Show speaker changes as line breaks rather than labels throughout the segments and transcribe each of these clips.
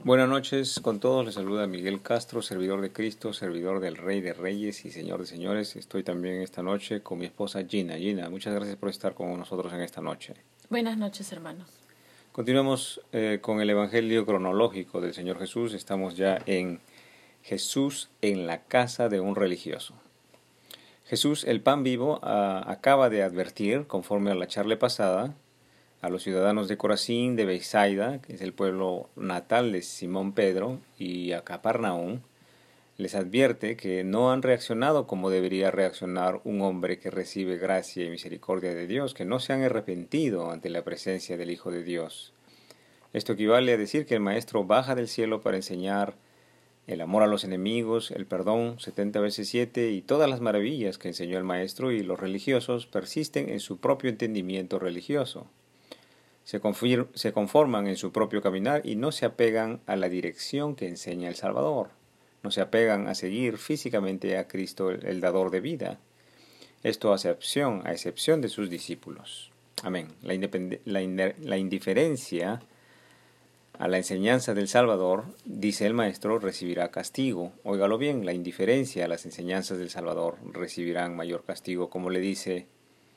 Buenas noches con todos, les saluda Miguel Castro, servidor de Cristo, servidor del Rey de Reyes y Señor de Señores. Estoy también esta noche con mi esposa Gina. Gina, muchas gracias por estar con nosotros en esta noche.
Buenas noches, hermanos.
Continuamos con el Evangelio cronológico del Señor Jesús. Estamos ya en Jesús en la casa de un religioso. Jesús, el pan vivo, acaba de advertir, conforme a la charla pasada, a los ciudadanos de Corazín, de Beisaida, que es el pueblo natal de Simón Pedro, y a Capernaum, les advierte que no han reaccionado como debería reaccionar un hombre que recibe gracia y misericordia de Dios, que no se han arrepentido ante la presencia del Hijo de Dios. Esto equivale a decir que el Maestro baja del cielo para enseñar el amor a los enemigos, el perdón 70 veces 7 y todas las maravillas que enseñó el Maestro, y los religiosos persisten en su propio entendimiento religioso. Se conforman en su propio caminar y no se apegan a la dirección que enseña el Salvador. No se apegan a seguir físicamente a Cristo, el dador de vida. Esto a excepción de sus discípulos. Amén. La indiferencia a la enseñanza del Salvador, dice el Maestro, recibirá castigo. Óigalo bien, la indiferencia a las enseñanzas del Salvador recibirán mayor castigo, como le dice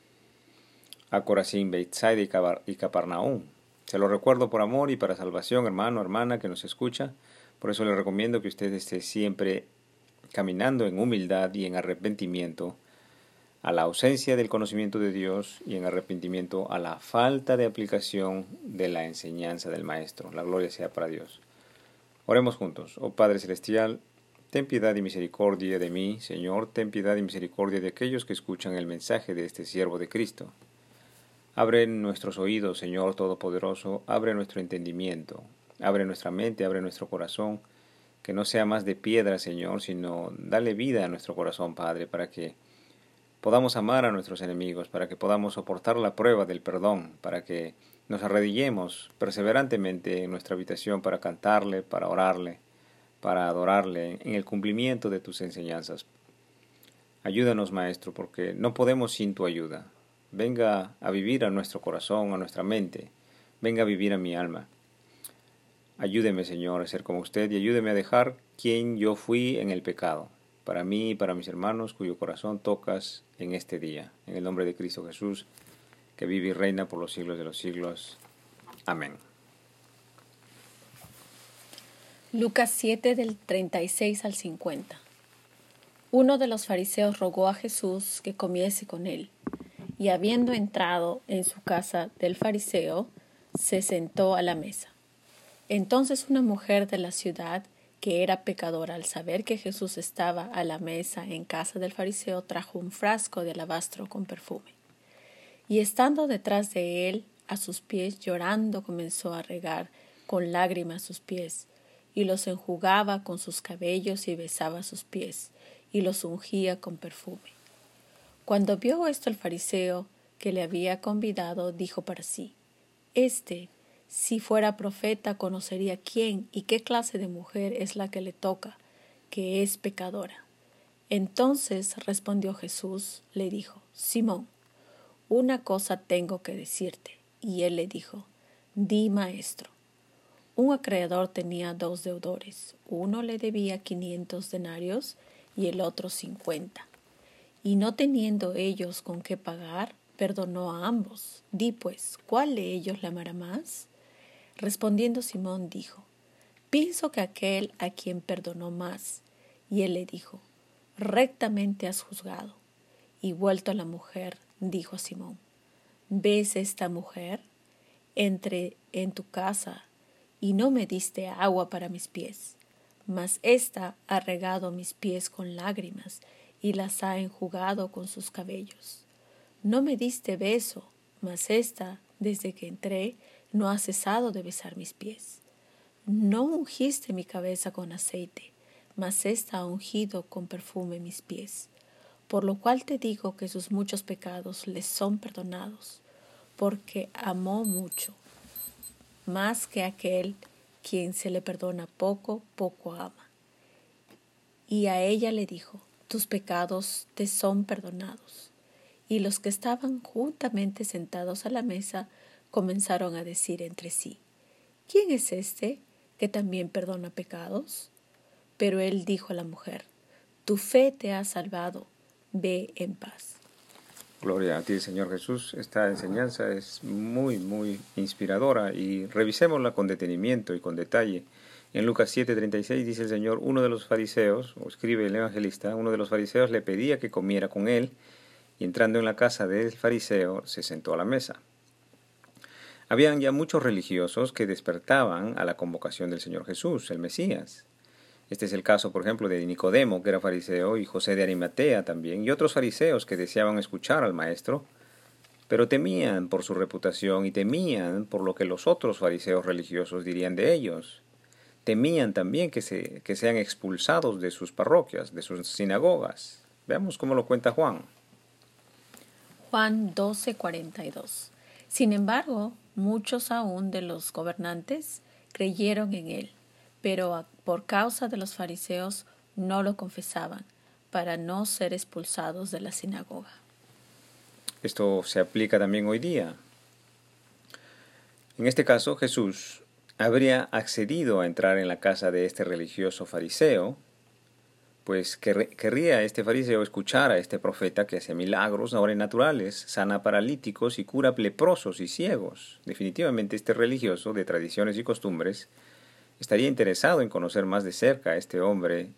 a Corazín, Betsaida y Capernaum. Se lo recuerdo por amor y para salvación, hermano, hermana que nos escucha. Por eso le recomiendo que usted esté siempre caminando en humildad y en arrepentimiento a la ausencia del conocimiento de Dios y en arrepentimiento a la falta de aplicación de la enseñanza del Maestro. La gloria sea para Dios. Oremos juntos. Oh Padre Celestial, ten piedad y misericordia de mí, Señor. Ten piedad y misericordia de aquellos que escuchan el mensaje de este siervo de Cristo. Abre nuestros oídos, Señor Todopoderoso, abre nuestro entendimiento, abre nuestra mente, abre nuestro corazón, que no sea más de piedra, Señor, sino dale vida a nuestro corazón, Padre, para que podamos amar a nuestros enemigos, para que podamos soportar la prueba del perdón, para que nos arrodillemos perseverantemente en nuestra habitación para cantarle, para orarle, para adorarle en el cumplimiento de tus enseñanzas. Ayúdanos, Maestro, porque no podemos sin tu ayuda. Venga a vivir a nuestro corazón, a nuestra mente. Venga a vivir a mi alma. Ayúdeme, Señor, a ser como usted y ayúdeme a dejar quien yo fui en el pecado, para mí y para mis hermanos cuyo corazón tocas en este día. En el nombre de Cristo Jesús, que vive y reina por los siglos de los siglos. Amén.
Lucas 7 del 36 al 50. Uno de los fariseos rogó a Jesús que comiese con él. Y habiendo entrado en su casa del fariseo, se sentó a la mesa. Entonces una mujer de la ciudad, que era pecadora, al saber que Jesús estaba a la mesa en casa del fariseo, trajo un frasco de alabastro con perfume. Y estando detrás de él, a sus pies, llorando, comenzó a regar con lágrimas sus pies, y los enjugaba con sus cabellos y besaba sus pies, y los ungía con perfume. Cuando vio esto el fariseo que le había convidado, dijo para sí: si fuera profeta, conocería quién y qué clase de mujer es la que le toca, que es pecadora. Entonces respondió Jesús, le dijo: Simón, una cosa tengo que decirte. Y él le dijo: Di, maestro. Un acreedor tenía 2 deudores. Uno le debía 500 denarios y el otro 50. Y no teniendo ellos con qué pagar, perdonó a ambos. Di pues, ¿cuál de ellos le amará más? Respondiendo Simón dijo: Pienso que aquel a quien perdonó más. Y él le dijo: Rectamente has juzgado. Y vuelto a la mujer, dijo a Simón: ¿Ves esta mujer? Entré en tu casa y no me diste agua para mis pies, mas ésta ha regado mis pies con lágrimas y las ha enjugado con sus cabellos. No me diste beso, mas ésta, desde que entré, no ha cesado de besar mis pies. No ungiste mi cabeza con aceite, mas ésta ha ungido con perfume mis pies. Por lo cual te digo que sus muchos pecados les son perdonados, porque amó mucho. Más que aquel quien se le perdona poco, poco ama. Y a ella le dijo: Tus pecados te son perdonados. Y los que estaban juntamente sentados a la mesa comenzaron a decir entre sí: ¿Quién es este que también perdona pecados? Pero él dijo a la mujer: tu fe te ha salvado, ve en paz.
Gloria a ti, Señor Jesús. Esta enseñanza es muy inspiradora y revisémosla con detenimiento y con detalle. En Lucas 7:36 dice el Señor: uno de los fariseos, o escribe el evangelista, uno de los fariseos le pedía que comiera con él, y entrando en la casa del fariseo se sentó a la mesa. Habían ya muchos religiosos que despertaban a la convocación del Señor Jesús, el Mesías. Este es el caso, por ejemplo, de Nicodemo, que era fariseo, y José de Arimatea también, y otros fariseos que deseaban escuchar al Maestro, pero temían por su reputación y temían por lo que los otros fariseos religiosos dirían de ellos. Temían también que sean expulsados de sus parroquias, de sus sinagogas. Veamos cómo lo cuenta Juan.
Juan 12:42. Sin embargo, muchos aún de los gobernantes creyeron en él, pero por causa de los fariseos no lo confesaban, para no ser expulsados de la sinagoga.
Esto se aplica también hoy día. En este caso, Jesús habría accedido a entrar en la casa de este religioso fariseo, pues querría este fariseo escuchar a este profeta que hace milagros sobrenaturales, sana paralíticos y cura leprosos y ciegos. Definitivamente este religioso de tradiciones y costumbres estaría interesado en conocer más de cerca a este hombre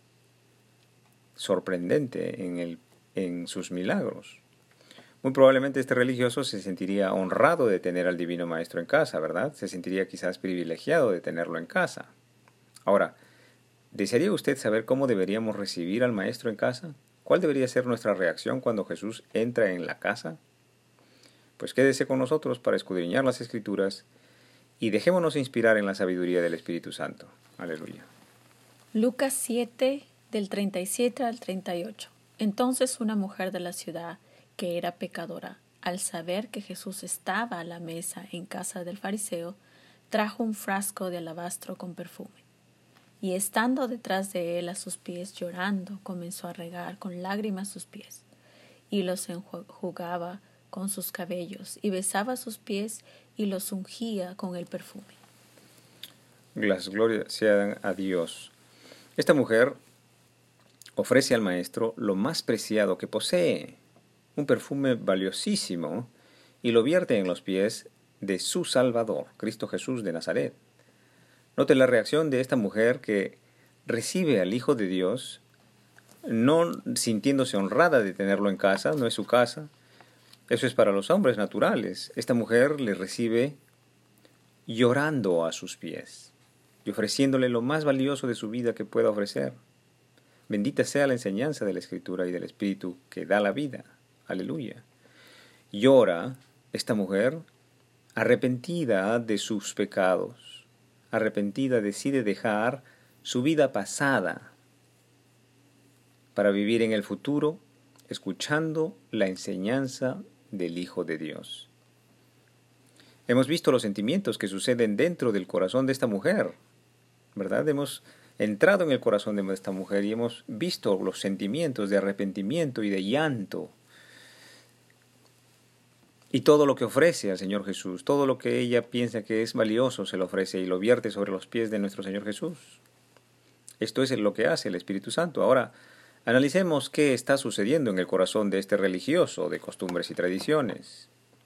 sorprendente en sus milagros. Muy probablemente este religioso se sentiría honrado de tener al Divino Maestro en casa, ¿verdad? Se sentiría quizás privilegiado de tenerlo en casa. Ahora, ¿desearía usted saber cómo deberíamos recibir al Maestro en casa? ¿Cuál debería ser nuestra reacción cuando Jesús entra en la casa? Pues quédese con nosotros para escudriñar las Escrituras y dejémonos inspirar en la sabiduría del Espíritu Santo. Aleluya.
Lucas 7, del 37 al 38. Entonces una mujer de la ciudad, que era pecadora, al saber que Jesús estaba a la mesa en casa del fariseo, trajo un frasco de alabastro con perfume. Y estando detrás de él a sus pies llorando, comenzó a regar con lágrimas sus pies, y los enjugaba con sus cabellos, y besaba sus pies y los ungía con el perfume.
Las glorias sean a Dios. Esta mujer ofrece al Maestro lo más preciado que posee, un perfume valiosísimo, y lo vierte en los pies de su Salvador, Cristo Jesús de Nazaret. Note la reacción de esta mujer que recibe al Hijo de Dios, no sintiéndose honrada de tenerlo en casa, no es su casa. Eso es para los hombres naturales. Esta mujer le recibe llorando a sus pies y ofreciéndole lo más valioso de su vida que pueda ofrecer. Bendita sea la enseñanza de la Escritura y del Espíritu que da la vida. Aleluya. Llora esta mujer arrepentida de sus pecados. Arrepentida decide dejar su vida pasada para vivir en el futuro escuchando la enseñanza del Hijo de Dios. Hemos visto los sentimientos que suceden dentro del corazón de esta mujer, ¿verdad? Hemos entrado en el corazón de esta mujer y hemos visto los sentimientos de arrepentimiento y de llanto. Y todo lo que ofrece al Señor Jesús, todo lo que ella piensa que es valioso, se lo ofrece y lo vierte sobre los pies de nuestro Señor Jesús. Esto es lo que hace el Espíritu Santo. Ahora, analicemos qué está sucediendo en el corazón de este religioso de costumbres y tradiciones.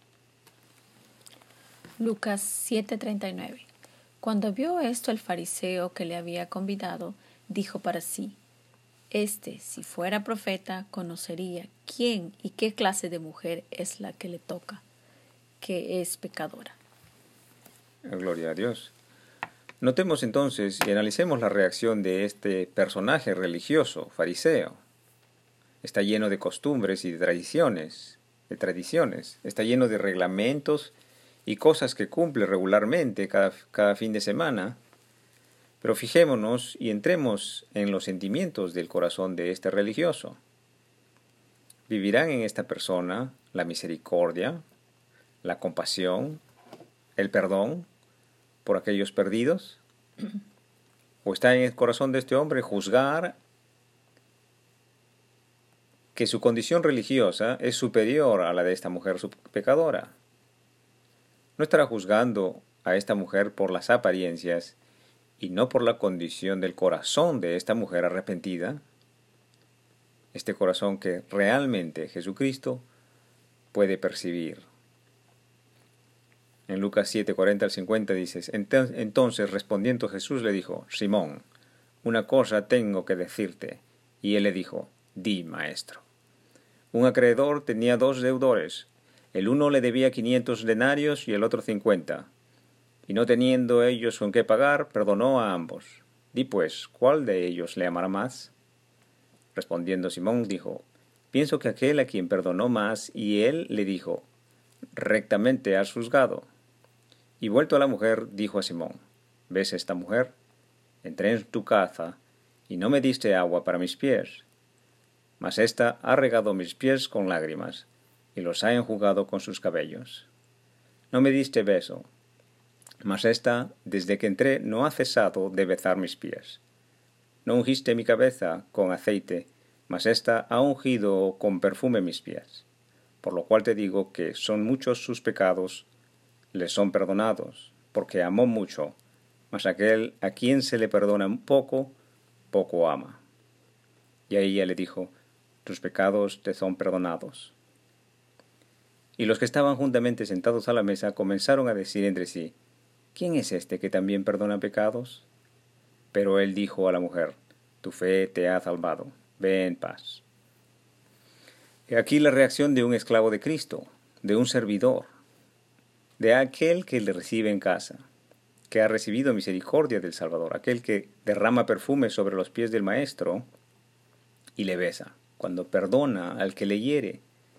Lucas 7:39. Cuando vio esto el fariseo que le había convidado, dijo para sí: si fuera profeta, conocería quién y qué clase de mujer es la que le toca, que es pecadora.
Gloria a Dios. Notemos entonces y analicemos la reacción de este personaje religioso, fariseo. Está lleno de costumbres y de tradiciones. Está lleno de reglamentos y cosas que cumple regularmente cada fin de semana. Pero fijémonos y entremos en los sentimientos del corazón de este religioso. ¿Vivirán en esta persona la misericordia, la compasión, el perdón por aquellos perdidos? ¿O está en el corazón de este hombre juzgar que su condición religiosa es superior a la de esta mujer pecadora? ¿No estará juzgando a esta mujer por las apariencias y no por la condición del corazón de esta mujer arrepentida, este corazón que realmente Jesucristo puede percibir. En Lucas 7, 40 al 50 dices, entonces respondiendo Jesús le dijo, Simón, una cosa tengo que decirte. Y él le dijo, di, maestro. Un acreedor tenía 2 deudores. El uno le debía 500 denarios y el otro 50. Y no teniendo ellos con qué pagar, perdonó a ambos. Di pues, ¿cuál de ellos le amará más? Respondiendo Simón dijo, pienso que aquel a quien perdonó más, y él le dijo, rectamente has juzgado. Y vuelto a la mujer, dijo a Simón, ¿ves esta mujer? Entré en tu casa, y no me diste agua para mis pies, mas ésta ha regado mis pies con lágrimas, y los ha enjugado con sus cabellos. No me diste beso, mas ésta, desde que entré, no ha cesado de besar mis pies. No ungiste mi cabeza con aceite, mas ésta ha ungido con perfume mis pies. Por lo cual te digo que son muchos sus pecados, le son perdonados, porque amó mucho, mas aquel a quien se le perdona poco, poco ama. Y a ella le dijo, tus pecados te son perdonados. Y los que estaban juntamente sentados a la mesa comenzaron a decir entre sí, ¿quién es este que también perdona pecados? Pero él dijo a la mujer, tu fe te ha salvado, ve en paz. Y aquí la reacción de un esclavo de Cristo, de un servidor, de aquel que le recibe en casa, que ha recibido misericordia del Salvador, aquel que derrama perfume sobre los pies del Maestro y le besa, cuando perdona al que le hiere.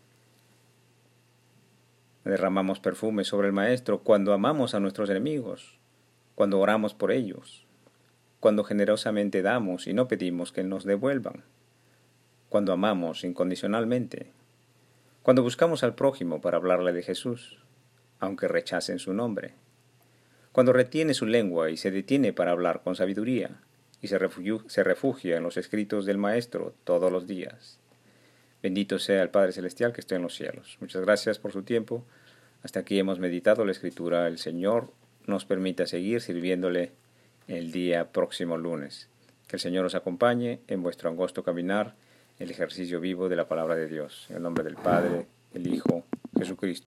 Derramamos perfume sobre el Maestro cuando amamos a nuestros enemigos, cuando oramos por ellos, cuando generosamente damos y no pedimos que nos devuelvan, cuando amamos incondicionalmente, cuando buscamos al prójimo para hablarle de Jesús, aunque rechacen su nombre, cuando retiene su lengua y se detiene para hablar con sabiduría, y se refugia en los escritos del Maestro todos los días. Bendito sea el Padre Celestial que está en los cielos. Muchas gracias por su tiempo. Hasta aquí hemos meditado la Escritura. El Señor nos permita seguir sirviéndole el día próximo lunes. Que el Señor os acompañe en vuestro angosto caminar, el ejercicio vivo de la palabra de Dios. En el nombre del Padre, el Hijo, Jesucristo.